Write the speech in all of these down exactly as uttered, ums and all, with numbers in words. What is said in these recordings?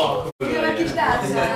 Jön a kis tárcán.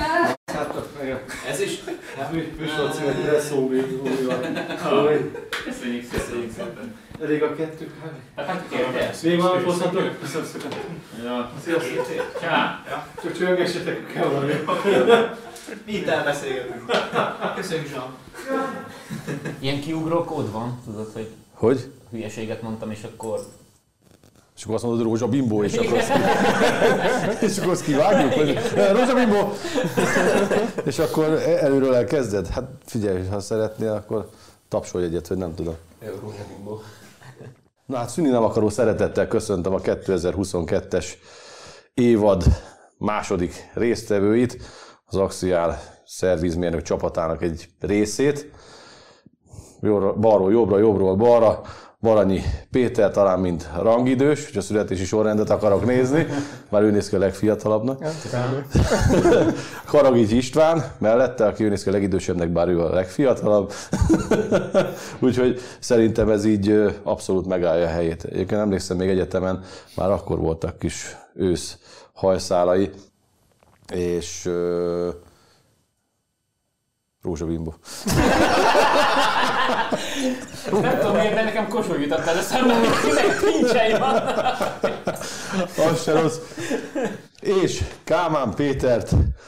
Ez is? Vislaci, hogy mire szó még újra. Köszönjük, köszönjük szépen. Elég a kettő kávé. Hát kérdez. Még valamit hozhatok? Köszönöm szépen. Sziasztok. Csá. Csak csörgessetek, kell valami. Mi itt elbeszélgetünk. Köszönjük, Zsán. Ilyen kiugró kód van, tudod, hogy Hogy? hülyeséget mondtam, és akkor... És akkor azt mondod, hogy Rózsa Bimbó, és akkor azt, és akkor azt kivágjuk, hogy Rózsa Bimbó! És akkor előről elkezded? Hát figyelj, ha szeretnél, akkor tapsolj egyet, hogy nem tudom. Rózsa Bimbó. Na hát szűni nem akaró szeretettel köszöntöm a kétezer-huszonkettes évad második résztvevőit, az Axial szervizmérnök csapatának egy részét. Balról jobbra, jobbról balra. Baranyi Péter talán mint rangidős, hogy a születési sorrendet akarok nézni, már ő néz ki a legfiatalabbnak. Karagics István mellette, aki ő néz ki a legidősebbnek, bár ő a legfiatalabb. Úgyhogy szerintem ez így abszolút megállja a helyét. Egyébként emlékszem, még egyetemen már akkor voltak kis ősz hajszálai, és uh, Rózsa Bimbó. Nem tudom miért, de nekem Kossuth jutott el eszembe, hogy kinek pincsei vannak. Az se rossz. És Kálmán Pétert,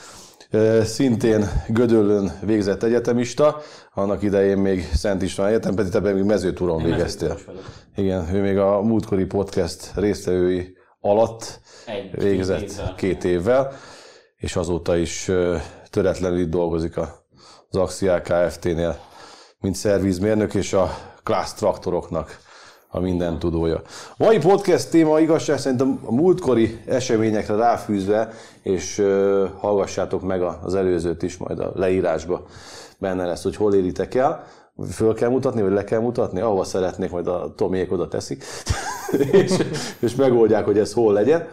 szintén Gödöllőn végzett egyetemista, annak idején még Szent István Egyetem, pedig te még Mezőtúron végeztél. Igen, ő még a múltkori podcast résztvevői alatt Egy, végzett két évvel. két évvel, és azóta is töretlenül itt dolgozik az Axial Kft-nél, mint szervizmérnök, és a Class traktoroknak a minden tudója. Mai podcast téma igazság szerint a múltkori eseményekre ráfűzve, és uh, hallgassátok meg az előzőt is, majd a leírásba benne lesz, hogy hol éritek el. Föl kell mutatni, vagy le kell mutatni, ahova szeretnék, majd a Tomiék oda teszik, és, és megoldják, hogy ez hol legyen.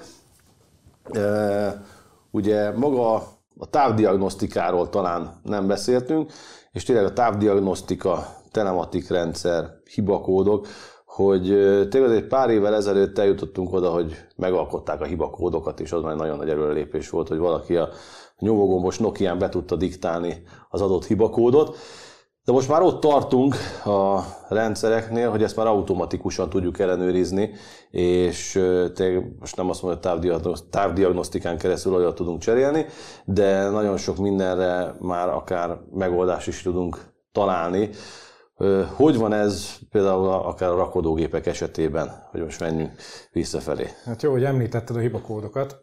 Uh, ugye maga a távdiagnosztikáról talán nem beszéltünk, és tényleg a távdiagnosztika, telematik rendszer, hibakódok, hogy tényleg egy pár évvel ezelőtt eljutottunk oda, hogy megalkották a hibakódokat, és az már nagyon nagy előrelépés volt, hogy valaki a nyomógombos Nokián be tudta diktálni az adott hibakódot. De most már ott tartunk a rendszereknél, hogy ezt már automatikusan tudjuk ellenőrizni, és tényleg most nem azt mondom, hogy távdiagnosztikán keresztül olyat tudunk cserélni, de nagyon sok mindenre már akár megoldást is tudunk találni. Hogy van ez például akár a rakodógépek esetében, hogy most menjünk visszafelé? Hát jó, hogy említetted a hibakódokat.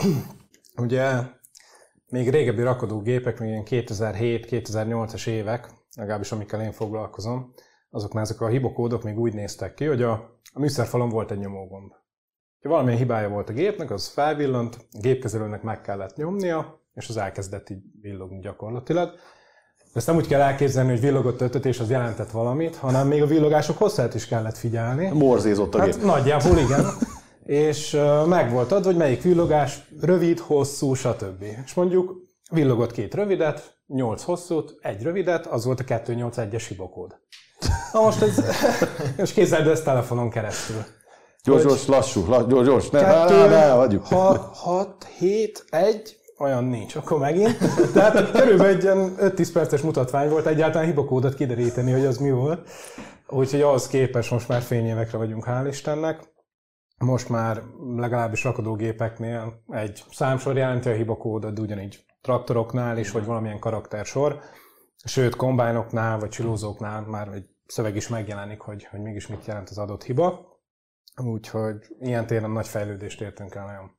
Ugye még régebbi rakodógépek, még ilyen kétezer-hét kétezer-nyolcas évek, legalábbis amikkel én foglalkozom, azoknál ezek a hibakódok még úgy néztek ki, hogy a, a műszerfalon volt egy nyomógomb. Ha valamilyen hibája volt a gépnek, az felvillant, a gépkezelőnek meg kellett nyomnia, és az elkezdett így villogni gyakorlatilag. Ezt nem úgy kell elképzelni, hogy villogott ötöt, és az jelentett valamit, hanem még a villogások hosszát is kellett figyelni. Morzézott a gép. Hát nagyjából igen. És uh, meg volt adva, hogy melyik villogás rövid, hosszú, stb. És mondjuk villogott két rövidet, nyolc hosszút, egy rövidet, az volt a kettőszáznyolcvanegyes hibakód. Na most ez, és képzeld ezt telefonon keresztül. Gyors, gyors, lassú, lassú, gyors, gyors, ne, ne, ne, vagyjuk. hat, hét, egy, olyan nincs, akkor megint. Tehát körülbelül egy ilyen öt-tíz perces mutatvány volt egyáltalán hibakódot kideríteni, hogy az mi volt. Úgyhogy ahhoz képest most már fényévekre vagyunk, hál' Istennek. Most már legalábbis rakodógépeknél egy számsor jelenti a hibakódot, de ugyanígy traktoroknál is, vagy valamilyen karaktersor. Sőt, kombájnoknál, vagy csilózóknál már egy szöveg is megjelenik, hogy, hogy mégis mit jelent az adott hiba. Úgyhogy ilyen téren nagy fejlődést értünk el nagyon.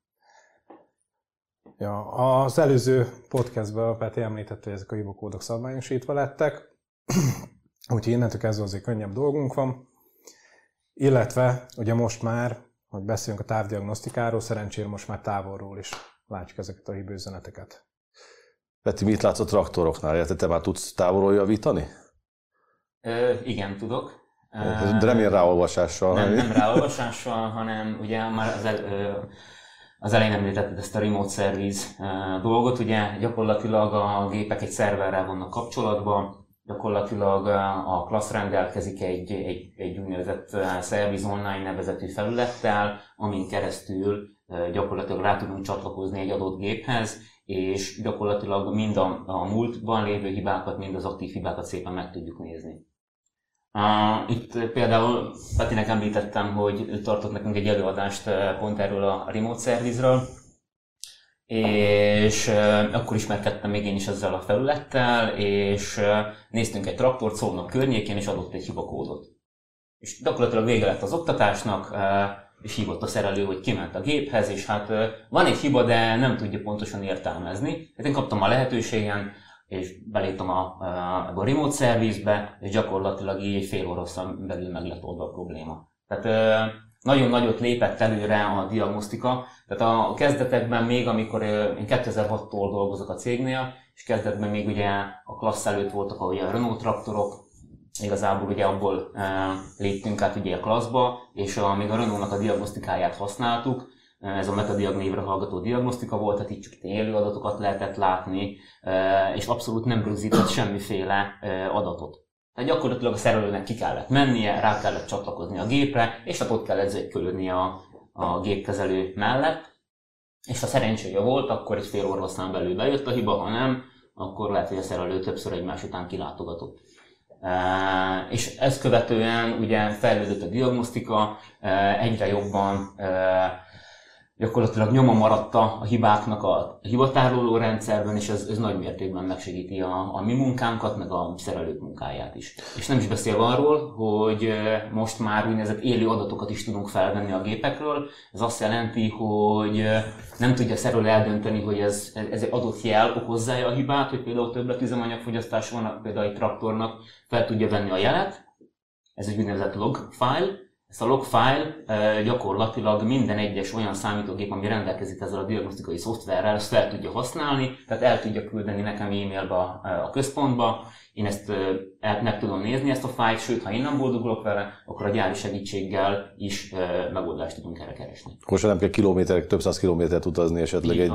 Ja, az előző podcastben Peti említette, hogy ezek a hibakódok szabványosítva lettek. Úgyhogy innentől kezdve azért könnyebb dolgunk van. Illetve ugye most már, hogy beszélünk a távdiagnosztikáról, szerencsére most már távolról is látjuk ezeket a hibőzeneteket. Peti, mit látsz a traktoroknál? Illetve te már tudsz távolról javítani? Ö, igen, tudok. De nem ilyen ráolvasással. Nem, nem ráolvasással, hanem ugye már az, el, az elején említetted ezt a remote service dolgot, ugye gyakorlatilag a gépek egy szerverrel vannak kapcsolatban, gyakorlatilag a Class rendelkezik egy, egy, egy úgynevezett Service Online nevezetű felülettel, amin keresztül gyakorlatilag rá tudunk csatlakozni egy adott géphez, és gyakorlatilag mind a, a múltban lévő hibákat, mind az aktív hibákat szépen meg tudjuk nézni. Uh, itt például Petinek említettem, hogy tartott nekünk egy előadást pont erről a remote service-ről, és uh, akkor ismerkedtem még én is ezzel a felülettel, és uh, néztünk egy traktort Szolnok környékén, és adott egy hibakódot. És gyakorlatilag vége lett az oktatásnak, uh, és hívott a szerelő, hogy kiment a géphez, és hát uh, van egy hiba, de nem tudja pontosan értelmezni. Hát én kaptam a lehetőségen, és beléptem a, a, a remote service-be, és gyakorlatilag így egy fél óraszal belül meg lett oldva a probléma. Tehát uh, nagyon nagyot lépett előre a diagnosztika. Tehát a kezdetekben még, amikor én kétezer-hattól dolgozok a cégnél, és kezdetben még ugye a klassz előtt voltak ugye a Renault traktorok, igazából ugye abból e, léptünk át ugye a klasszba, és a, még a Renault-nak a diagnosztikáját használtuk. Ez a metadiag névre hallgató diagnosztika volt, tehát itt csak élő adatokat lehetett látni, e, és abszolút nem rögzített semmiféle e, adatot. Tehát gyakorlatilag a szerelőnek ki kellett mennie, rá kellett csatlakozni a gépre, és hát ott kellett zögykölődni a, a gépkezelő mellett. És ha szerencséje volt, akkor egy fél óra aztán belül bejött a hiba, ha nem, akkor lehet, hogy a szerelő többször egymás után kilátogatott. E, és ezt követően ugye fejlődött a diagnosztika, e, egyre jobban e, gyakorlatilag nyoma maradt a hibáknak a hibatároló rendszerben, és ez, ez nagy mértékben megsegíti a, a mi munkánkat, meg a szerelők munkáját is. És nem is beszélve arról, hogy most már úgynevezett élő adatokat is tudunk felvenni a gépekről. Ez azt jelenti, hogy nem tudja a szerelő eldönteni, hogy ez, ez egy adott jel okozza a hibát, hogy például többletüzemanyagfogyasztás van, például egy traktornak fel tudja venni a jelet. Ez egy úgynevezett log file. Ezt a log file gyakorlatilag minden egyes olyan számítógép, ami rendelkezik ezzel a diagnosztikai szoftverrel, ezt fel tudja használni, tehát el tudja küldeni nekem e-mailbe a központba, én ezt meg tudom nézni, ezt a fájlt, sőt, ha én nem boldogulok vele, akkor a gyári segítséggel is megoldást tudunk erre keresni. Most nem kell kilométerek, több száz kilométert utazni esetleg egy,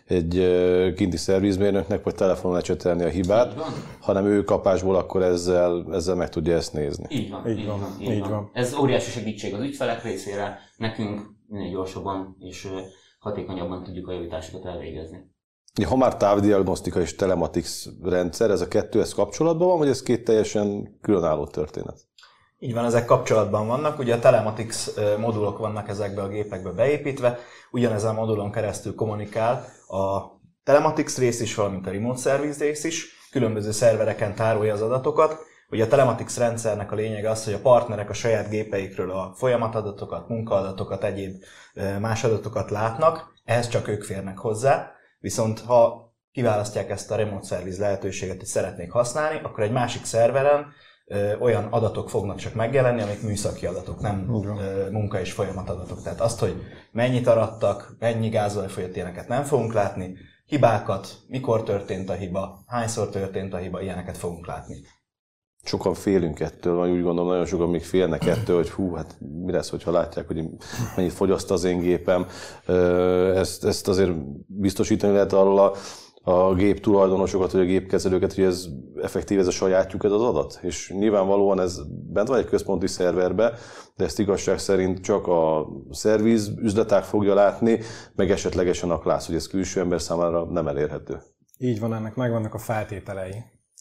egy kinti szervizmérnöknek, vagy telefonon lecsetelni a hibát, hanem ő kapásból akkor ezzel, ezzel meg tudja ezt nézni. Így van, így így van, van, így így van. van. Ez óriási segítség az ügyfelek részére, nekünk minél gyorsabban és hatékonyabban tudjuk a javításokat elvégezni. Ha már távdiagnosztika és telematics rendszer, ez a kettő ez kapcsolatban van, vagy ez két teljesen különálló történet? Így van, ezek kapcsolatban vannak. Ugye a telematics modulok vannak ezekbe a gépekbe beépítve, ugyanezen a modulon keresztül kommunikál a telematics rész is, valamint a remote service rész is, különböző szervereken tárolja az adatokat. Ugye a telematics rendszernek a lényege az, hogy a partnerek a saját gépeikről a folyamatadatokat, munkaadatokat, egyéb más adatokat látnak, ehhez csak ők férnek hozzá. Viszont ha kiválasztják ezt a remote service lehetőséget, hogy szeretnék használni, akkor egy másik szerveren ö, olyan adatok fognak csak megjelenni, amik műszaki adatok, nem ö, munka- és folyamatadatok. Tehát azt, hogy mennyit arattak, mennyi gázolaj folyott, ilyeneket nem fogunk látni, hibákat, mikor történt a hiba, hányszor történt a hiba, ilyeneket fogunk látni. Sokan félünk ettől, vagy úgy gondolom, nagyon sokan még félnek ettől, hogy hú, hát mi lesz, hogyha látják, hogy mennyit fogyaszt az én gépem. Ezt, ezt azért biztosítani lehet arról a, a gép tulajdonosokat, vagy a gépkezelőket, hogy ez effektív, ez a sajátjuk ez az adat. És nyilvánvalóan ez bent van egy központi szerverbe, de ezt igazság szerint csak a szerviz üzletág fogja látni, meg esetlegesen a klász, hogy ez külső ember számára nem elérhető. Így van, ennek megvannak a feltételei.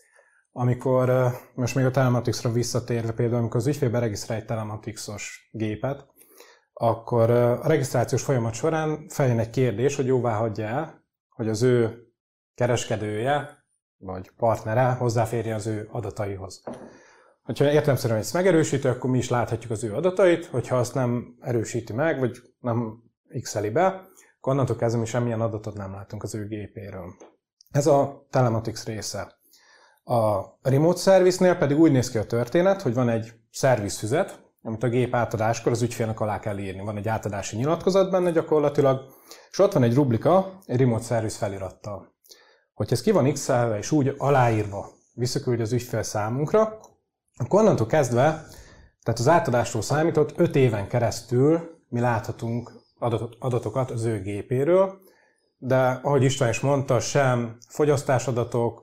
Amikor, most még a telematicsra visszatérve, például amikor az ügyfél beregisztrál egy telematics-os gépet, akkor a regisztrációs folyamat során feljön egy kérdés, hogy jóvá hagyja el, hogy az ő kereskedője vagy partnere hozzáférje az ő adataihoz. Ha értelemszerűen ezt megerősíti, akkor mi is láthatjuk az ő adatait, hogyha azt nem erősíti meg, vagy nem x-eli be, akkor onnantól kezdve mi semmilyen adatot nem látunk az ő gépéről. Ez a telematics része. A remote service-nél pedig úgy néz ki a történet, hogy van egy szervizfüzet, amit a gép átadáskor az ügyfélnek alá kell írni. Van egy átadási nyilatkozat benne gyakorlatilag, és ott van egy rubrika, egy remote service felirattal. Hogyha ez ki van x-elve és úgy aláírva visszaküldje az ügyfél számunkra, akkor onnantól kezdve, tehát az átadástól számított öt éven keresztül mi láthatunk adatokat az ő gépéről, de ahogy István is mondta, sem fogyasztásadatok,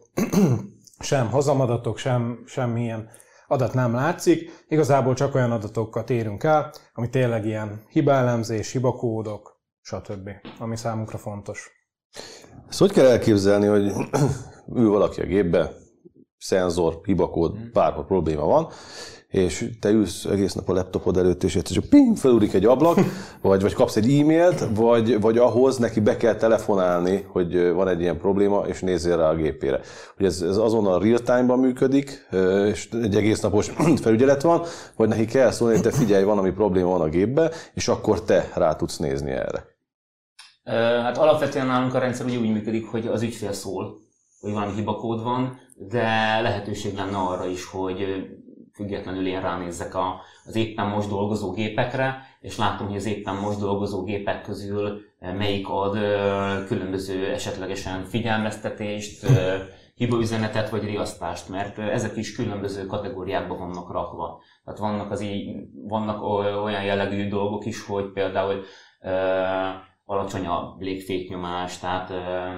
sem hozamadatok, sem semmilyen adat nem látszik. Igazából csak olyan adatokat érünk el, ami tényleg ilyen hibaelemzés, hibakódok, stb. Ami számunkra fontos. Ezt hogy kell elképzelni, hogy ül valaki a gépbe, szenzor, hibakód, bárhol probléma van, és te ülsz egész nap a laptopod előtt, és egyszer csak ping, felúrik egy ablak, vagy, vagy kapsz egy e-mailt, vagy, vagy ahhoz neki be kell telefonálni, hogy van egy ilyen probléma, és nézzél rá a gépére. Hogy ez, ez azonnal real-time-ban működik, és egy egész napos felügyelet van, vagy neki kell szólni, hogy te figyelj, valami probléma van a gépbe, és akkor te rá tudsz nézni erre. Hát alapvetően nálunk a rendszer ugye úgy működik, hogy az ügyfél szól, hogy valami hibakód van, de lehetőség lenne arra is, hogy függetlenül én ránézzek az éppen most dolgozó gépekre, és látom, hogy az éppen most dolgozó gépek közül melyik ad különböző esetlegesen figyelmeztetést, hibaüzenetet vagy riasztást, mert ezek is különböző kategóriákba vannak rakva. Tehát vannak, az így, vannak olyan jellegű dolgok is, hogy például alacsony a légféknyomás, tehát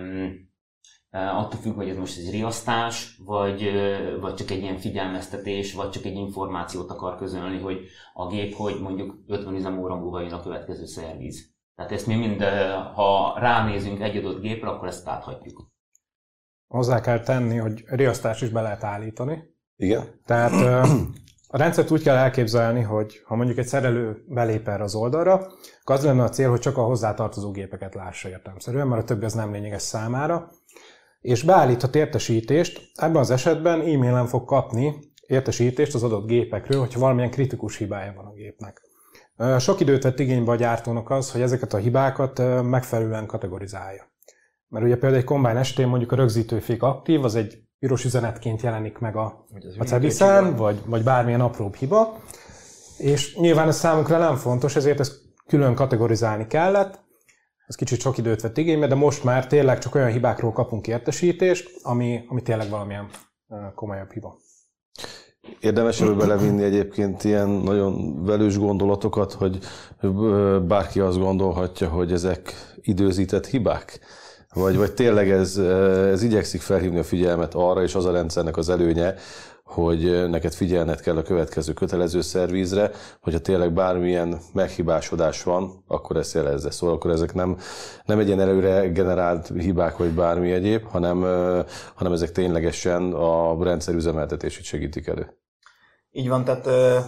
attól függ, hogy ez most egy riasztás, vagy, vagy csak egy ilyen figyelmeztetés, vagy csak egy információt akar közölni, hogy a gép, hogy mondjuk ötven üzemóra múlva jön a következő szerviz. Tehát ezt mi mind, ha ránézünk egy adott gépre, akkor ezt áthatjuk. Hozzá kell tenni, hogy riasztást is be lehet állítani. Igen. Tehát a rendszert úgy kell elképzelni, hogy ha mondjuk egy szerelő belép erre az oldalra, akkor az lenne a cél, hogy csak a hozzátartozó gépeket lássa értelemszerűen, mert a többi az nem lényeges számára. És beállíthat értesítést, ebben az esetben e-mailen fog kapni értesítést az adott gépekről, hogyha valamilyen kritikus hibája van a gépnek. Sok időt vett igénybe a gyártónak az, hogy ezeket a hibákat megfelelően kategorizálja. Mert ugye például egy Combine es té mondjuk a rögzítőfék aktív, az egy piros üzenetként jelenik meg a, a cebiszen, vagy, vagy bármilyen apróbb hiba, és nyilván ez számunkra nem fontos, ezért ezt külön kategorizálni kellett. Ez kicsit sok időt vett igénybe, de most már tényleg csak olyan hibákról kapunk értesítést, ami, ami tényleg valamilyen komolyabb hiba. Érdemes ebbe belevinni egyébként ilyen nagyon velős gondolatokat, hogy bárki azt gondolhatja, hogy ezek időzített hibák? Vagy, vagy tényleg ez, ez igyekszik felhívni a figyelmet arra, és az a rendszernek az előnye, hogy neked figyelned kell a következő kötelező szervízre, hogyha tényleg bármilyen meghibásodás van, akkor ezt jelezze. Szóval akkor ezek nem, nem egy ilyen előre generált hibák, vagy bármi egyéb, hanem, hanem ezek ténylegesen a rendszer üzemeltetését segítik elő. Így van, tehát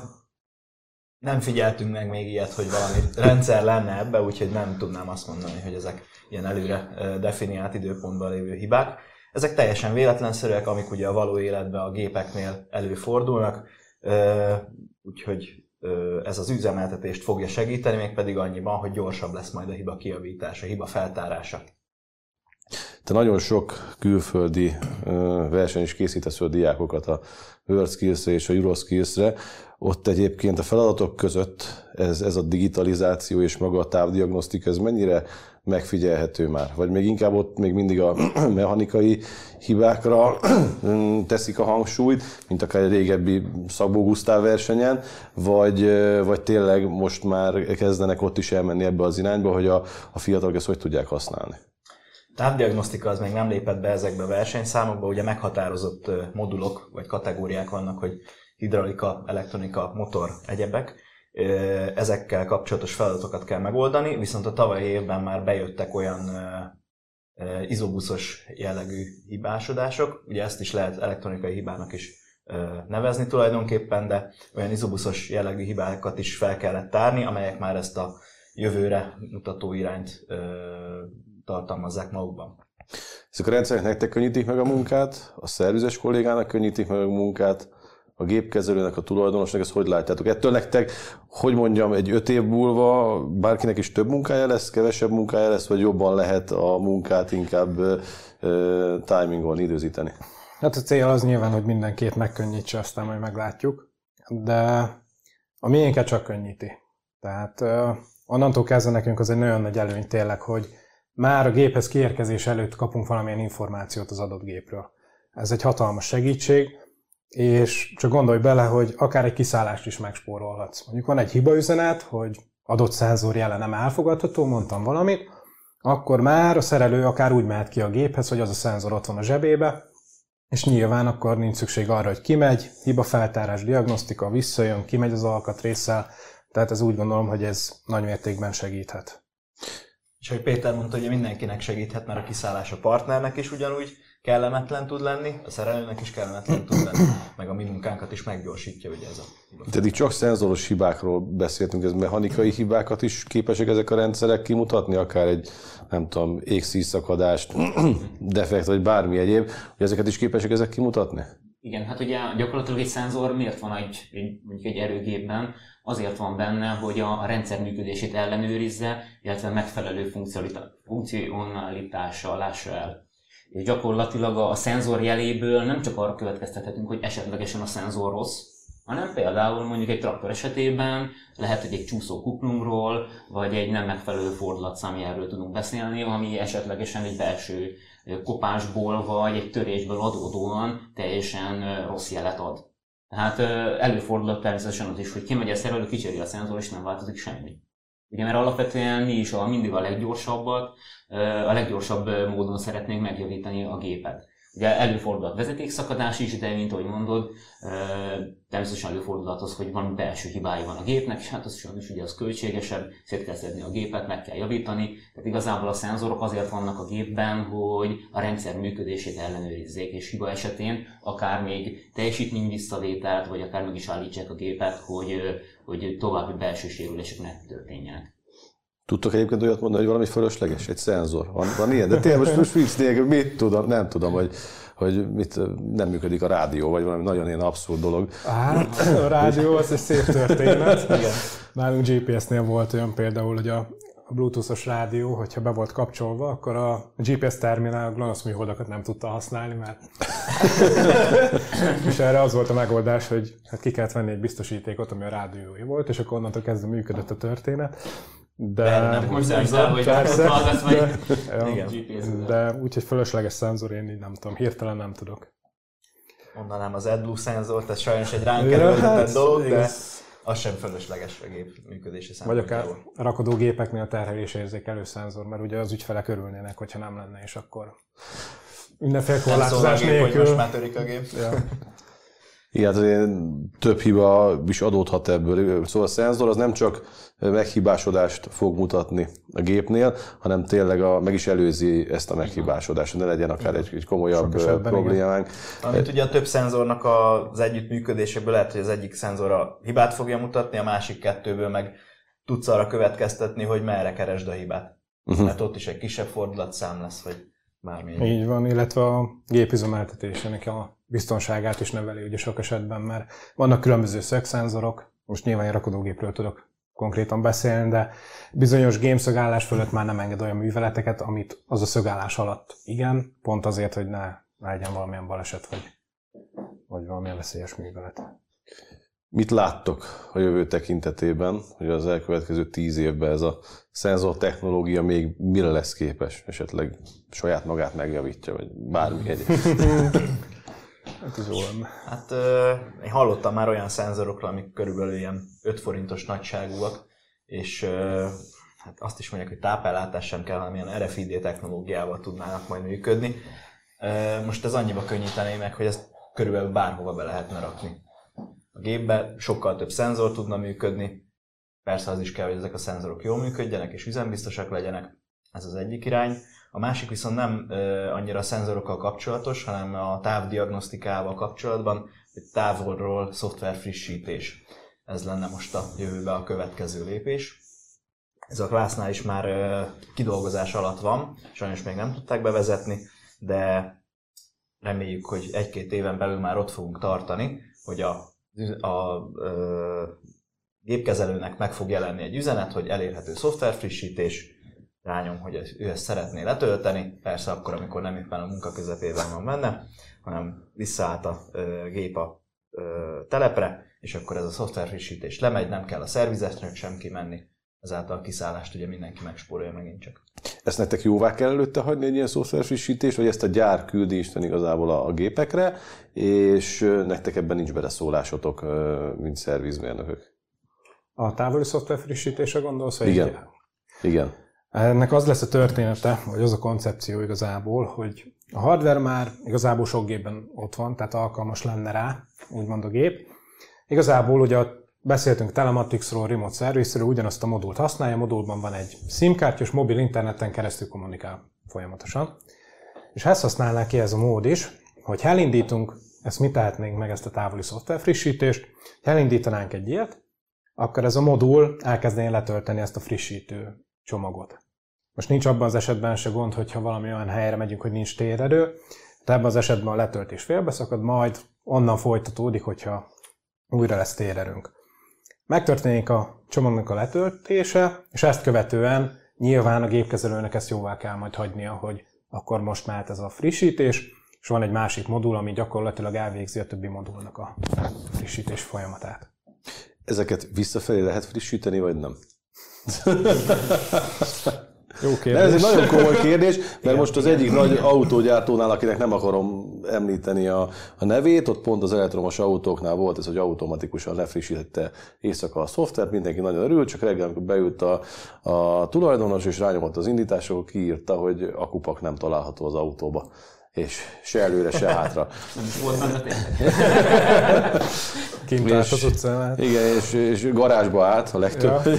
nem figyeltünk meg még ilyet, hogy valami rendszer lenne ebbe, úgyhogy nem tudnám azt mondani, hogy ezek ilyen előre definiált időpontban lévő hibák. Ezek teljesen véletlenszerűek, amik ugye a való életben a gépeknél előfordulnak, úgyhogy ez az üzemeltetést fogja segíteni, mégpedig annyiban, hogy gyorsabb lesz majd a hiba kijavítása, a hiba feltárása. Te nagyon sok külföldi verseny is készítesz a diákokat a WorldSkills-re és a EuroSkills-re. Ott egyébként a feladatok között ez, ez a digitalizáció és maga a távdiagnosztika, ez mennyire megfigyelhető már? Vagy még inkább ott még mindig a mechanikai hibákra teszik a hangsúlyt, mint akár egy régebbi Szabó Gusztáv versenyen, vagy, vagy tényleg most már kezdenek ott is elmenni ebbe az irányba, hogy a, a fiatalok ezt hogy tudják használni? Távdiagnosztika az még nem lépett be ezekbe a versenyszámokba, ugye meghatározott modulok vagy kategóriák vannak, hogy hidraulika, elektronika, motor, egyebek. Ezekkel kapcsolatos feladatokat kell megoldani, viszont a tavalyi évben már bejöttek olyan izobuszos jellegű hibásodások, ugye ezt is lehet elektronikai hibának is nevezni tulajdonképpen, de olyan izobuszos jellegű hibákat is fel kellett tárni, amelyek már ezt a jövőre mutató irányt tartalmazzák magukban. Ezek a rendszerek nektek könnyítik meg a munkát, a szervizes kollégának könnyítik meg a munkát, a gépkezelőnek, a tulajdonosnak, ezt hogy látjátok? Ettől nektek, hogy mondjam, egy öt év múlva bárkinek is több munkája lesz, kevesebb munkája lesz, vagy jobban lehet a munkát inkább uh, timingolni, időzíteni? Hát a cél az nyilván, hogy mindenkit megkönnyítse, aztán majd meglátjuk, de a miénket csak könnyíti. Tehát uh, onnantól kezdve nekünk az egy nagyon nagy előny tényleg, hogy már a géphez kiérkezés előtt kapunk valamilyen információt az adott gépről. Ez egy hatalmas segítség, és csak gondolj bele, hogy akár egy kiszállást is megspórolhatsz. Mondjuk van egy hibaüzenet, hogy adott szenzor jele nem elfogadható, mondtam valamit, akkor már a szerelő akár úgy mehet ki a géphez, hogy az a szenzor ott van a zsebébe, és nyilván akkor nincs szükség arra, hogy kimegy, hibafeltárás, diagnosztika, visszajön, kimegy az alkatrésszel, tehát ez úgy gondolom, hogy ez nagy mértékben segíthet. És hogy Péter mondta, hogy mindenkinek segíthet, mert a kiszállás a partnernek is ugyanúgy kellemetlen tud lenni, a szerelőnek is kellemetlen tud lenni, meg a mi munkánkat is meggyorsítja ugye ez a hiba. Eddig csak szenzoros hibákról beszéltünk, ez mechanikai hibákat is képesek ezek a rendszerek kimutatni, akár egy, nem tudom, égszíjszakadást, defekt vagy bármi egyéb, hogy ezeket is képesek ezek kimutatni? Igen, hát ugye gyakorlatilag egy szenzor miért van egy, egy, mondjuk egy erőgépben? Azért van benne, hogy a, a rendszer működését ellenőrizze, illetve megfelelő funkcionalitással lássa el. És gyakorlatilag a, a szenzor jeléből nem csak arra következtethetünk, hogy esetlegesen a szenzor rossz, hanem például mondjuk egy traktor esetében lehet, hogy egy csúszó kuplungról, vagy egy nem megfelelő fordulatszámjáról tudunk beszélni, ami esetlegesen egy belső kopásból vagy egy törésből adódóan teljesen rossz jelet ad. Tehát előfordulhat természetesen az is, hogy kimegy a szerelő, kicseréli a szenzor és nem változik semmi. Ugye, mert alapvetően mi is a, mindig a leggyorsabbat, a leggyorsabb módon szeretnénk megjavítani a gépet. Ugye előfordulhat vezetékszakadás is, de mint ahogy mondod, természetesen előfordulhat az, hogy valami belső hibája van a gépnek, és hát az sajnos ugye az költségesebb, szét kell szedni a gépet, meg kell javítani. Tehát igazából a szenzorok azért vannak a gépben, hogy a rendszer működését ellenőrizzék, és hiba esetén akár még teljesítmény visszavételt, vagy akár meg is állítsák a gépet, hogy, hogy további belső sérülések ne történjenek. Tudtok egyébként olyat mondani, hogy valami fölösleges? Egy szenzor. Van, van ilyen? De tényleg most, most vicc nélkül, mit tudom, nem tudom, hogy, hogy mit, nem működik a rádió, vagy valami nagyon ilyen abszurd dolog. Hát, a rádió az egy szép történet. Igen. Nálunk gé pé es-nél volt olyan például, hogy a bluetoothos rádió, hogyha be volt kapcsolva, akkor a gé pé es terminál a GLONASS műholdakat nem tudta használni, mert... és erre az volt a megoldás, hogy hát ki kellett venni egy biztosítékot, ami a rádiója volt, és akkor onnantól kezdve működött a történet. De, de nem most szenzor, hogy hallgatsz, vagy gé pé es. De úgyhogy fölösleges szenzor, én így nem tudom, hirtelen nem tudok. Mondanám az AdBlue szenzort, ez sajnos egy ránk erőltetett dolog, de az sem fölösleges a gép működési szempontjából. Vagy akár a rakodógépeknél terhelésérzékelő szenzor, mert ugye az ügyfelek örülnének, hogyha nem lenne, és akkor mindenféle korlátozás nélkül. Hogy most már törik a gép. Ja. Igen, hát több hiba is adódhat ebből. Szóval a szenzor az nem csak meghibásodást fog mutatni a gépnél, hanem tényleg a, meg is előzi ezt a meghibásodást, ne legyen akár egy, egy komolyabb problémánk. Amit ugye a több szenzornak az együttműködéséből lehet, hogy az egyik szenzor a hibát fogja mutatni, a másik kettőből meg tudsz arra következtetni, hogy merre keresd a hibát. Uh-huh. Mert ott is egy kisebb fordulatszám lesz, vagy bármi. Így van, illetve a gépüzemeltetésének a biztonságát is növeli ugye sok esetben, mert vannak különböző szögszenzorok, most nyilván egy rakodógépről tudok konkrétan beszélni, de bizonyos gémszögállás fölött már nem enged olyan műveleteket, amit az a szögállás alatt igen, pont azért, hogy ne, ne legyen valamilyen baleset, vagy, vagy valamilyen veszélyes művelet. Mit láttok a jövő tekintetében, hogy az elkövetkező tíz évben ez a szenzor technológia még mire lesz képes? Esetleg saját magát megjavítja, vagy bármi egyéb? Hát ez jó lenne. Hát euh, én hallottam már olyan szenzorokról, amik körülbelül ilyen öt forintos nagyságúak, és euh, hát azt is mondják, hogy tápellátás sem kell, hanem ilyen er ef i dé technológiával tudnának majd működni. Euh, most ez annyiba könnyítené meg, hogy ezt körülbelül bárhova be lehetne rakni. A gépbe sokkal több szenzor tudna működni, persze az is kell, hogy ezek a szenzorok jól működjenek és üzembiztosak legyenek, ez az egyik irány. A másik viszont nem e, annyira a szenzorokkal kapcsolatos, hanem a távdiagnosztikával kapcsolatban, hogy távolról szoftver frissítés. Ez lenne most a jövőben a következő lépés. Ez a Classnál is már e, kidolgozás alatt van, sajnos még nem tudták bevezetni, de reméljük, hogy egy-két éven belül már ott fogunk tartani, hogy a, a, a gépkezelőnek meg fog jelenni egy üzenet, hogy elérhető szoftverfrissítés, rányom, hogy ő ezt szeretné letölteni, persze akkor, amikor nem éppen a munka közepében van benne, hanem visszaállt a ö, gép a ö, telepre, és akkor ez a szoftverfrissítés lemegy, nem kell a szervizesnek sem kimenni, ezáltal a kiszállást ugye mindenki megspórolja megint csak. Ezt nektek jóvá kell előtte hagyni egy ilyen szoftverfrissítést, vagy ezt a gyár küldi Isten igazából a, a gépekre, és nektek ebben nincs beleszólásotok, mint szervizmérnökök? A távoli szoftverfrissítésre gondolsz? Vagy igen. Így? Igen. Ennek az lesz a története, vagy az a koncepció igazából, hogy a hardware már igazából sok gépben ott van, tehát alkalmas lenne rá, úgymond a gép. Igazából ugye a beszéltünk Telematicsról, Remote Service-ről, ugyanazt a modult használja, a modulban van egy SIM-kártya, és mobil interneten keresztül kommunikál folyamatosan. És ezt használná ki ez a mód is, hogy ha elindítunk, ezt mi tehetnénk meg, ezt a távoli szoftver frissítést, ha elindítanánk egy ilyet, akkor ez a modul elkezdené letölteni ezt a frissítő csomagot. Most nincs abban az esetben se gond, hogyha valami olyan helyre megyünk, hogy nincs térerő, de ebben az esetben a letöltés félbeszakad, majd onnan folytatódik, hogyha újra lesz térerőnk. Megtörténik a csomagnak a letöltése, és ezt követően nyilván a gépkezelőnek ezt jóvá kell majd hagynia, hogy akkor most mehet ez a frissítés, és van egy másik modul, ami gyakorlatilag elvégzi a többi modulnak a frissítés folyamatát. Ezeket visszafelé lehet frissíteni, vagy nem? Jó kérdés. De ez egy nagyon komoly kérdés, mert igen, most az igen. egyik nagy autógyártónál, akinek nem akarom említeni a, a nevét, ott pont az elektromos autóknál volt ez, hogy automatikusan lefrissítette éjszaka a szoftvert, mindenki nagyon örült, csak reggel, amikor beült a, a tulajdonos és rányomott az indításról, kiírta, hogy akupak nem található az autóba. És se előre, se hátra. Nem is volt benne tényleg. Kint állt az utcán. Igen, és, és garázsba állt a legtöbb. Ja.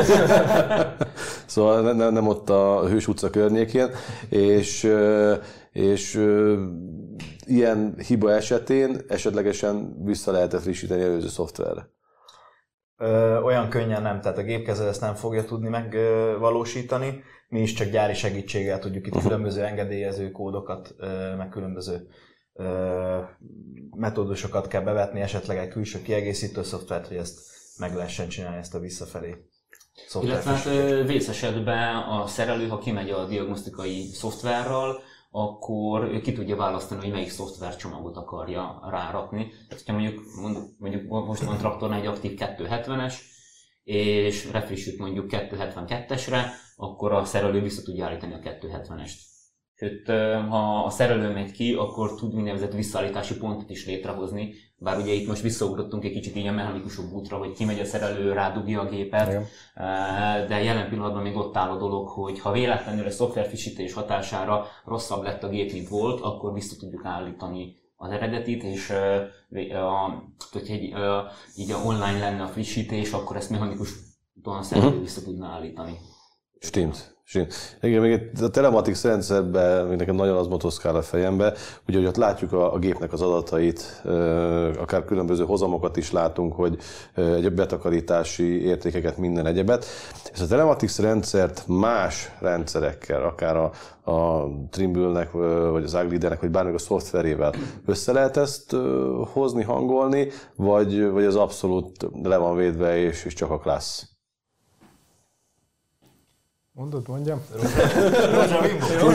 Szóval nem, nem ott a Hős utca környékén. És, és ilyen hiba esetén esetlegesen vissza lehet frissíteni előző szoftverre. Ö, olyan könnyen nem, tehát a gépkezelő ezt nem fogja tudni megvalósítani. Mi is csak gyári segítséggel tudjuk itt különböző engedélyező kódokat, meg különböző metódusokat kell bevetni, esetleg egy külső kiegészítő szoftvert, hogy ezt meg lehessen csinálni, ezt a visszafelé szoftvert. Illetve hát vészesetben a szerelő, ha kimegy a diagnosztikai szoftverrel, akkor ki tudja választani, hogy melyik szoftvercsomagot akarja rárakni. Tehát, ha mondjuk, mondjuk most van traktornál egy aktív kettőszázhetvenes, és refrissült mondjuk kettőszázhetvenkettesre, akkor a szerelő vissza tudja állítani a kettőszázhetvenest. Sőt, ha a szerelő megy ki, akkor tud úgynevezett visszaállítási pontot is létrehozni, bár ugye itt most visszaugrottunk egy kicsit így a mechanikusabb útra, hogy kimegy a szerelő, rádugja a gépet, igen. De jelen pillanatban még ott áll a dolog, hogy ha véletlenül a szoftverfrissítés hatására rosszabb lett a gép, mint volt, akkor vissza tudjuk állítani az eredetit, és a, hogyha egy, így a online lenne a frissítés, akkor ezt mechanikus úton a szerelő uh-huh. vissza tudna állítani. Stimmt. Igen, még a Telematics rendszerben még nekem nagyon az motoszkál a fejembe, ugye, hogy ott látjuk a, a gépnek az adatait, akár különböző hozamokat is látunk, hogy egy betakarítási értékeket, minden egyebet. És a Telematics rendszert más rendszerekkel, akár a, a Trimble-nek, vagy az Aglidernek, vagy bármilyen a szoftverével össze lehet ezt hozni, hangolni, vagy, vagy az abszolút le van védve, és, és csak a klassz. Mondod, mondjam? Rózsa Vimbo.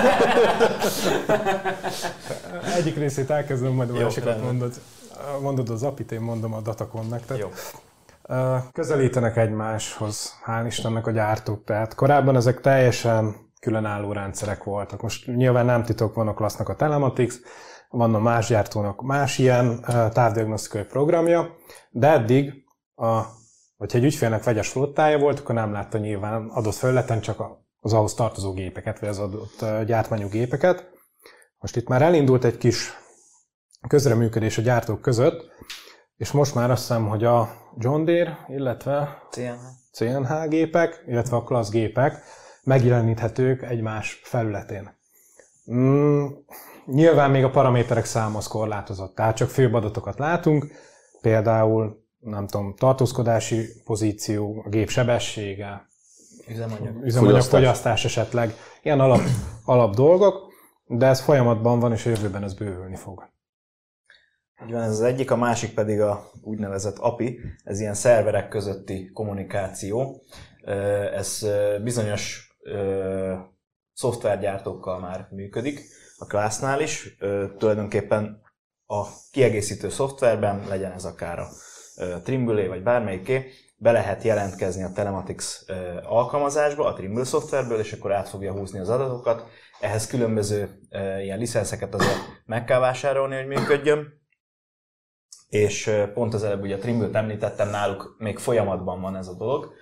Egyik részét elkezdem, majd a másikat mondod. Mondod az apit, én mondom a Datacon nektek. Jó. Közelítenek egymáshoz, hál' Istennek a gyártók. Tehát korábban ezek teljesen különálló rendszerek voltak. Most nyilván nem titok, van a klassznak a Telematics, van a más gyártónak más ilyen távdiagnosztikai programja, de eddig a hogyha egy ügyfélnek vegyes flottája volt, akkor nem látta nyilván adott felületen csak az ahhoz tartozó gépeket, vagy az adott gyártmányú gépeket. Most itt már elindult egy kis közreműködés a gyártók között, és most már azt hiszem, hogy a John Deere, illetve cé en há gépek, illetve a Class gépek megjeleníthetők egymás felületén. Mm, nyilván még a paraméterek száma az korlátozott, tehát csak főbb adatokat látunk, például nem tudom, tartózkodási pozíció, a gép sebessége, üzemanyag, üzemanyag fogyasztás esetleg, ilyen alap, alap dolgok, de ez folyamatban van, és a jövőben ez bővülni fog. Így van, ez az egyik, a másik pedig a úgynevezett á pé i, ez ilyen szerverek közötti kommunikáció. Ez bizonyos szoftvergyártókkal már működik, a Classnál is, tulajdonképpen a kiegészítő szoftverben, legyen ez akár a Trimble vagy bármelyiké, be lehet jelentkezni a Telematics alkalmazásba, a Trimble szoftverből, és akkor át fogja húzni az adatokat. Ehhez különböző ilyen licenszeket azért meg kell vásárolni, hogy működjön. És pont az előbb ugye a Trimble-t említettem, náluk még folyamatban van ez a dolog.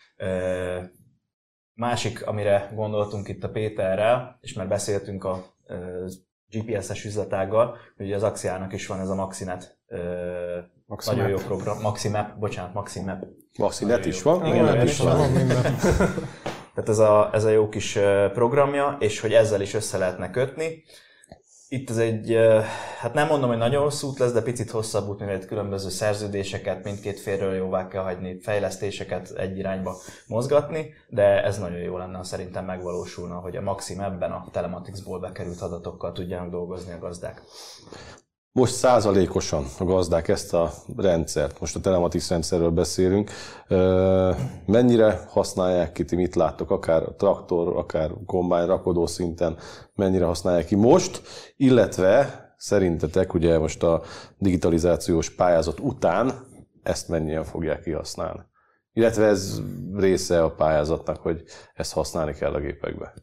Másik, amire gondoltunk itt a Péterrel, és már beszéltünk a gé pé es-es üzletággal, hogy az Axiának is van ez a Maxinet Maximap. Nagyon jó program. Maximap, bocsánat, Maximap. Maxinet is van? Igen, olyan is is van. van minden. Tehát ez a, ez a jó kis programja, és hogy ezzel is össze lehetne kötni. Itt ez egy, hát nem mondom, hogy nagyon hosszú út lesz, de picit hosszabb út, mivel különböző szerződéseket mindkét félről jóvá kell hagyni, fejlesztéseket egy irányba mozgatni, de ez nagyon jó lenne, ha szerintem megvalósulna, hogy a Maxim ebben a Telematicsból bekerült adatokkal tudjanak dolgozni a gazdák. Most százalékosan a gazdák ezt a rendszert, most a Telematics rendszerről beszélünk, mennyire használják ki, ti mit láttok, akár traktor, akár kombány, rakodó szinten, mennyire használják ki most, illetve szerintetek ugye most a digitalizációs pályázat után ezt mennyien fogják kihasználni? Illetve ez része a pályázatnak, hogy ezt használni kell a gépekbe.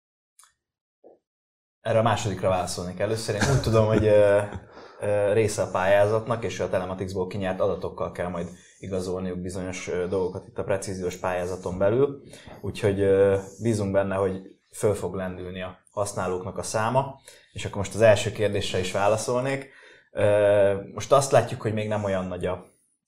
Erre a másodikra válaszolnék először. Én úgy tudom, hogy része a pályázatnak, és a Telematicsból kinyert adatokkal kell majd igazolniuk bizonyos dolgokat itt a precíziós pályázaton belül. Úgyhogy bízunk benne, hogy föl fog lendülni a használóknak a száma. És akkor most az első kérdésre is válaszolnék. Most azt látjuk, hogy még nem olyan nagy a,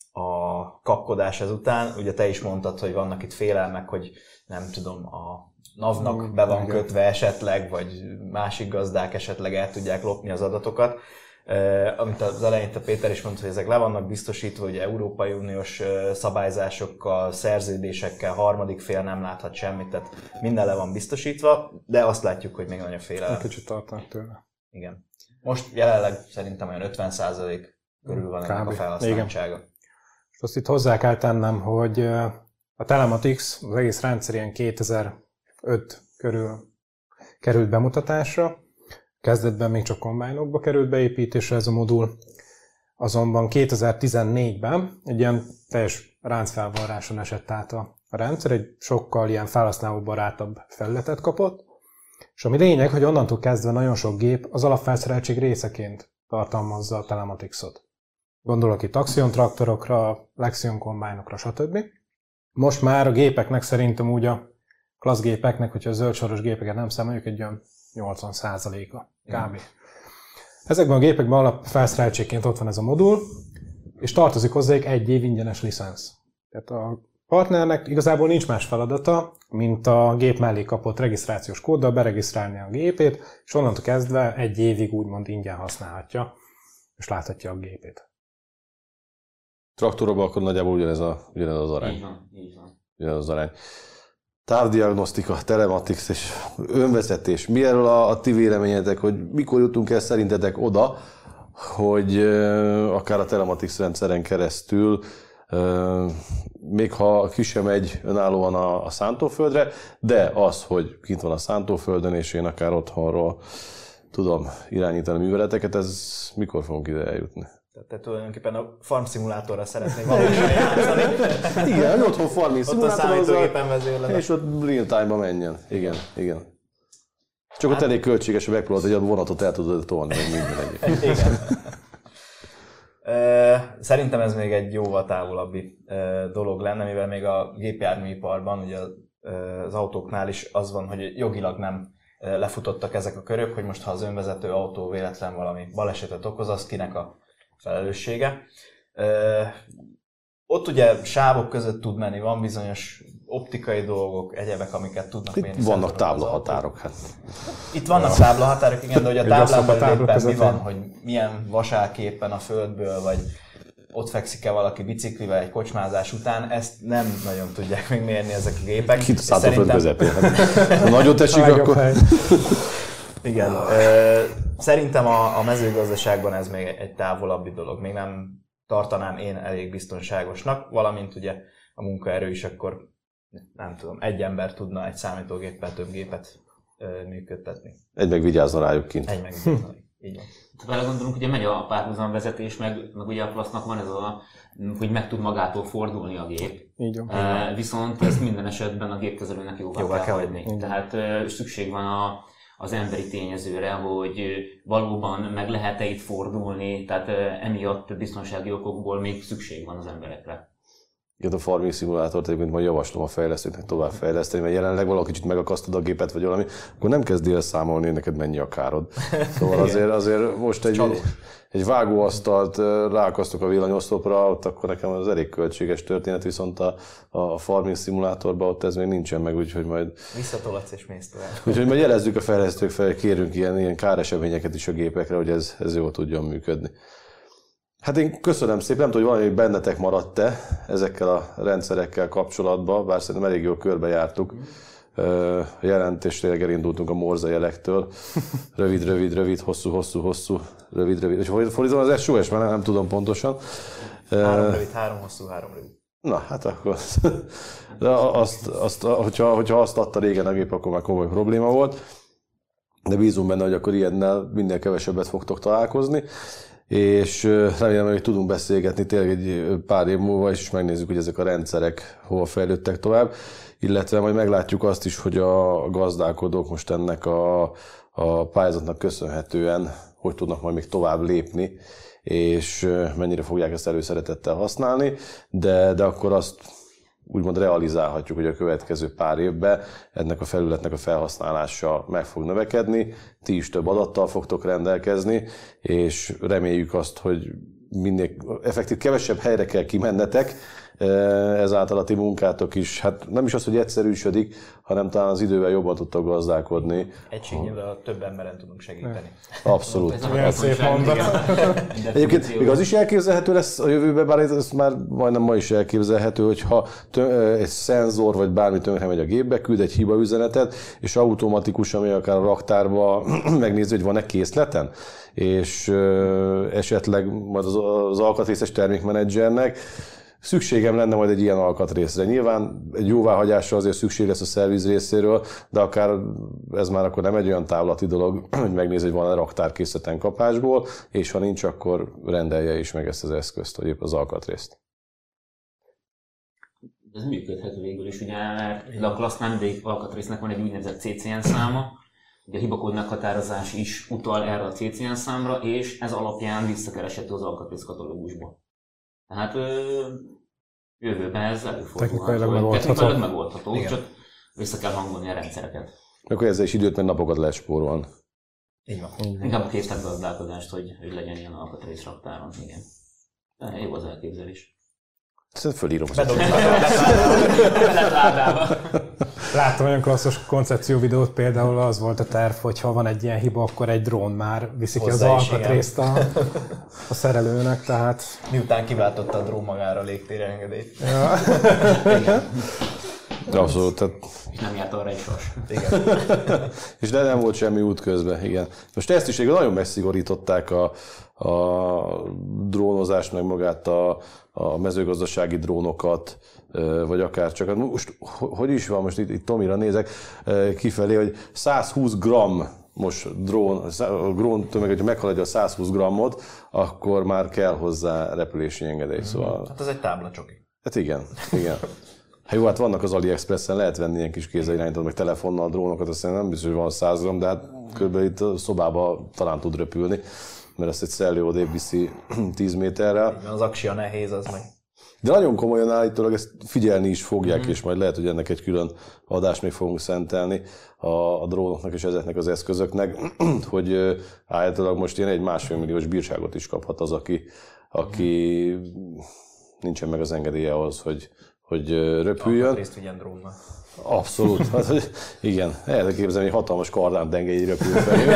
a kapkodás ezután. Ugye te is mondtad, hogy vannak itt félelmek, hogy nem tudom, a navnak be van kötve esetleg, vagy másik gazdák esetleg el tudják lopni az adatokat. Uh, amit az elején a Péter is mondta, hogy ezek le vannak biztosítva, hogy Európai Uniós uh, szabályzásokkal, szerződésekkel, harmadik fél nem láthat semmit, tehát minden le van biztosítva, de azt látjuk, hogy még nagy a félelem. Kicsit tartanak tőle. Igen. Most jelenleg szerintem olyan ötven százalék körül van ennek a felhasználtsága. És azt itt hozzá kell tennem, hogy a Telematics az egész rendszer ilyen kétezer-öt körül került bemutatásra. Kezdetben még csak kombájnokba került beépítésre ez a modul, azonban kétezer-tizennégyben egy ilyen teljes ráncfelvarráson esett át a rendszer, egy sokkal ilyen felhasználóbarátabb felületet kapott, és ami lényeg, hogy onnantól kezdve nagyon sok gép az alapfelszereltség részeként tartalmazza a Telematicsot. Gondolok itt Axion traktorokra, Lexion kombájnokra, stb. Most már a gépeknek szerintem úgy a klassz gépeknek, hogyha a zöldsoros gépeket nem számoljuk, egy olyan nyolcvan százaléka kb. Ezekben a gépekben alapfelszereltségként ott van ez a modul, és tartozik hozzájuk egy év ingyenes licensz. Tehát a partnernek igazából nincs más feladata, mint a gép mellé kapott regisztrációs kóddal beregisztrálni a gépét, és onnantól kezdve egy évig úgymond ingyen használhatja, és láthatja a gépét. Traktorokban akkor nagyjából ugyanez, a, ugyanez az arány. Így van, így van. Ugyanez az arány. Távdiagnosztika, Telematics és önvezetés. Mi erről a, a ti véleményetek, hogy mikor jutunk el szerintetek oda, hogy uh, akár a Telematics rendszeren keresztül, uh, még ha ki sem megy önállóan a, a szántóföldre, de az, hogy kint van a szántóföldön, és én akár otthonról tudom irányítani a műveleteket, ez mikor fogunk ide eljutni? Tehát tulajdonképpen a farm szimulátorra szeretnék valósan játszani. Igen, hogy otthon farming szimulátor, ott a számítógépen vezérled. És ott real time-ba menjen. Igen, igen. Csak ott elég költséges, hogy megpróbálod, hogy a vonatot el tudod tolni, vagy minden egyéb. Igen. Szerintem ez még egy jóval távolabbi dolog lenne, mivel még a gépjárműiparban, ugye az autóknál is az van, hogy jogilag nem lefutottak ezek a körök, hogy most ha az önvezető autó véletlen valami balesetet okoz, az kinek a felelőssége. Ott ugye sávok között tud menni, van bizonyos optikai dolgok, egyebek, amiket tudnak itt mérni. Vannak táblahatárok. Hát. Itt vannak táblahatárok, igen, de hogy a táblában éppen mi van, hogy milyen vasálképpen a földből, vagy ott fekszik-e valaki biciklivel egy kocsmázás után, ezt nem nagyon tudják még mérni ezek a gépek. Kint a szántóföld közepén. Ha nagyot esik, akkor... Igen. Szerintem a, a mezőgazdaságban ez még egy távolabbi dolog. Még nem tartanám én elég biztonságosnak, valamint ugye a munkaerő is akkor, nem tudom, egy ember tudna egy számítógéppel több gépet működtetni. Egy meg vigyázna rájuk kint. Egy meg vigyázna rájuk. Így van. Ha belegondolunk, ugye megy a párhuzamvezetés, meg, meg ugye a Plasznak van ez a, hogy meg tud magától fordulni a gép. Így van. E, viszont ezt minden esetben a gépkezelőnek jóvá, jóvá kell, kell hagyni. hagyni. Tehát e, szükség van a, az emberi tényezőre, hogy valóban meg lehet-e itt fordulni, tehát e, emiatt biztonsági okokból még szükség van az emberekre. Igen, a farming szimulátort egyébként majd javaslom a fejlesztőknek tovább fejleszteni, mert jelenleg valaki kicsit megakasztod a gépet vagy valami, akkor nem kezdél el számolni, hogy neked mennyi a károd. Szóval azért, azért most egy, egy, egy vágóasztalt ráakasztok a villanyoszlopra, ott akkor nekem az elég költséges történet, viszont a, a farming szimulátorban ott ez még nincsen meg, úgyhogy majd... Visszatolatsz és mész tovább. Úgyhogy majd jelezzük a fejlesztők felé, kérünk ilyen, ilyen káreseményeket is a gépekre, hogy ez, ez jól tudjon működni. Hát én köszönöm szépen, nem tudom, hogy valami bennetek maradt-e ezekkel a rendszerekkel kapcsolatban, bár szerintem elég jól körbejártuk. A jelentést tényleg elindultunk a morze jelektől. Rövid, rövid, rövid, hosszú, hosszú, hosszú, rövid, rövid. Hogy fordítom az es o es, mert nem, nem tudom pontosan. Három rövid, három hosszú, három rövid. Na, hát akkor de azt, azt, hogyha, hogyha azt adta régen a gép, akkor már komoly probléma volt. De bízunk benne, hogy akkor ilyennel minél kevesebbet fogtok találkozni. És remélem, hogy tudunk beszélgetni tényleg egy pár év múlva, és megnézzük, hogy ezek a rendszerek hova fejlődtek tovább, illetve majd meglátjuk azt is, hogy a gazdálkodók most ennek a, a pályázatnak köszönhetően hogy tudnak majd még tovább lépni, és mennyire fogják ezt előszeretettel használni, de, de akkor azt úgymond realizálhatjuk, hogy a következő pár évben ennek a felületnek a felhasználása meg fog növekedni, ti is több adattal fogtok rendelkezni, és reméljük azt, hogy minél effektív kevesebb helyre kell kimennetek, ezáltal a ti munkátok is, hát nem is az, hogy egyszerűsödik, hanem talán az idővel jobban tudtok gazdálkodni. Egységnyilván több emberen tudunk segíteni. Abszolút. Milyen szép mondat. Egyébként még az is elképzelhető lesz a jövőben, bár ez már majdnem ma is elképzelhető, hogyha egy szenzor vagy bármi tönkre megy a gépbe, küld egy hibaüzenetet, és automatikusan, még akár a raktárba megnézi, hogy van-e készleten, és esetleg majd az, az alkatrészes termékmenedzsernek szükségem lenne majd egy ilyen alkatrészre. Nyilván egy jóváhagyásra azért szükség lesz a szerviz részéről, de akár ez már akkor nem egy olyan távlati dolog, hogy megnézi, hogy van-e raktárkészleten kapásból, és ha nincs, akkor rendelje is meg ezt az eszközt, vagy épp az alkatrészt. Ez működhet végül is, ugye, mert a klassznál mindegyik alkatrésznek van egy úgynevezett cé cé en száma, ugye a hibakód meghatározás is utal erre a cé cé en számra, és ez alapján visszakereshető az alkatrész katalógusból. Tehát ö, jövőben ez előfordulhat. Technikailag megoldható. Technikailag megoldható, csak vissza kell hangolni a rendszereket. Akkor ezzel is időt, meg napokat lehet spórolni. Így van. Inkább a készletgazdálkodást, hogy, hogy legyen ilyen alkatrész raktáron, igen. De jó az elképzelés. Szerintem fölírom az Láttam olyan klasszos koncepció videót, például az volt a terv, hogy ha van egy ilyen hiba, akkor egy drón már viszi ki az alkatrészt a, a szerelőnek, tehát... Miután kiváltotta a drón magára a légtérengedélyt. Ja. Abszolút, tehát... És nem járt arra egy sas. Igen. És de nem volt semmi út közben, igen. Most ezt is nagyon megszigorították a, a drónozást, meg magát a, a mezőgazdasági drónokat, vagy akár csak, most hogy is van, most itt, itt Tomira nézek kifelé, hogy száz húsz gramm most drón, a drón tömeg, hogyha meghaladja a száz húsz grammot, akkor már kell hozzá repülési engedély, szóval... Hát ez egy táblacsoki. Hát igen, igen. Hát jó, hát vannak az AliExpressen, lehet venni ilyen kis kézzelirányítót, meg telefonnal drónokat, aztán nem biztos, hogy van száz gramm, de hát körülbelül itt a szobába talán tud repülni, mert ezt egy szellő odébb viszi tíz méterrel. Az aksia nehéz, az meg. De nagyon komolyan állítólag ezt figyelni is fogják, mm. és majd lehet, hogy ennek egy külön adást még fogunk szentelni a, a drónoknak és ezeknek az eszközöknek, hogy állítólag most ilyen egy másfél milliós bírságot is kaphat az, aki, aki nincsen meg az engedélye ahhoz, hogy, hogy röpüljön. Alkatrészt vigyen drónnal. Abszolút. Hát, hogy igen, el képzelni, hogy hatalmas kardántengely röpül felé.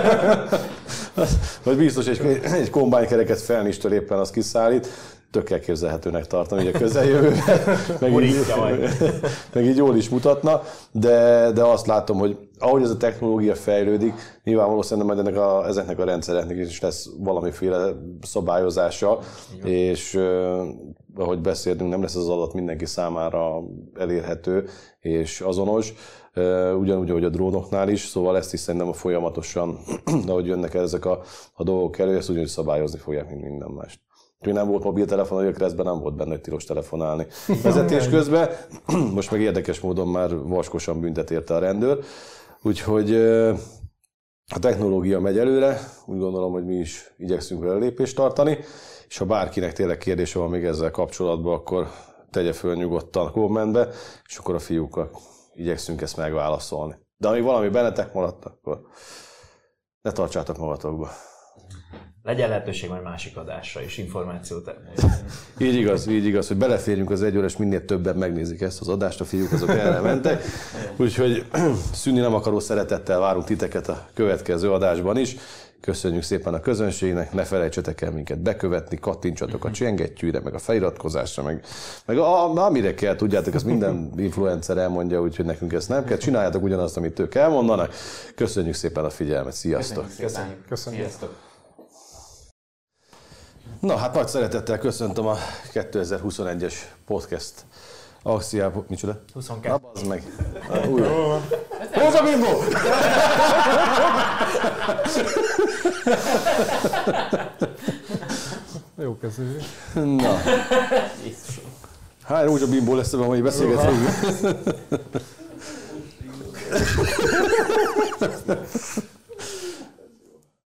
Vagy biztos egy, egy kombánykereket felnistől éppen az kiszállít. Tök elképzelhetőnek tartom így a közeljövőben, meg, így, meg így jól is mutatna, de, de azt látom, hogy ahogy ez a technológia fejlődik, nyilvánvalóan szerintem majd ennek a, ezeknek a rendszereknek is lesz valamiféle szabályozása, és eh, ahogy beszéltünk, nem lesz az adat mindenki számára elérhető és azonos, eh, ugyanúgy, ahogy a drónoknál is, szóval ezt is szerintem a folyamatosan, ahogy jönnek ezek a, a dolgok elő, ezt ugyanúgy szabályozni fogják, mint minden mást. Még nem volt mobiltelefon, a Jökreszben nem volt benne, hogy tilos telefonálni vezetés közben. Most meg érdekes módon már vaskosan büntet érte a rendőr. Úgyhogy a technológia megy előre, úgy gondolom, hogy mi is igyekszünk vele lépést tartani, és ha bárkinek tényleg kérdése van még ezzel kapcsolatban, akkor tegye föl nyugodtan a kommentbe, és akkor a fiúkkal igyekszünk ezt megválaszolni. De amíg valami bennetek maradt, akkor ne tartsátok magatokba. Legyen lehetőség majd másik adásra is, információt. Így igaz, így igaz, hogy beleférjünk az egy órás, minél többen megnézik ezt az adást, a fiúk azok erre mentek. Úgyhogy szűnni nem akaró szeretettel várunk titeket a következő adásban is. Köszönjük szépen a közönségnek, ne felejtsetek el minket bekövetni, kattintsatok a csengettyűre, meg a feliratkozásra, meg, meg a, amire kell, tudjátok, ezt minden influencer elmondja, úgyhogy nekünk ezt nem kell. Csináljátok ugyanazt, amit ők elmondanak. Köszönjük szépen a figyelmet, sziasztok! Köszönjük. Köszönjük. Sziasztok. Na hát nagy szeretettel köszöntöm a kétezer-huszonegyes podcast akciából. Micsoda? huszonkettő. Na, bazd meg. Újra. Róza Bimbo! Jó kezdő. Na. Hány Rózsa Bimbo lesz ebben a mai beszélgetésben?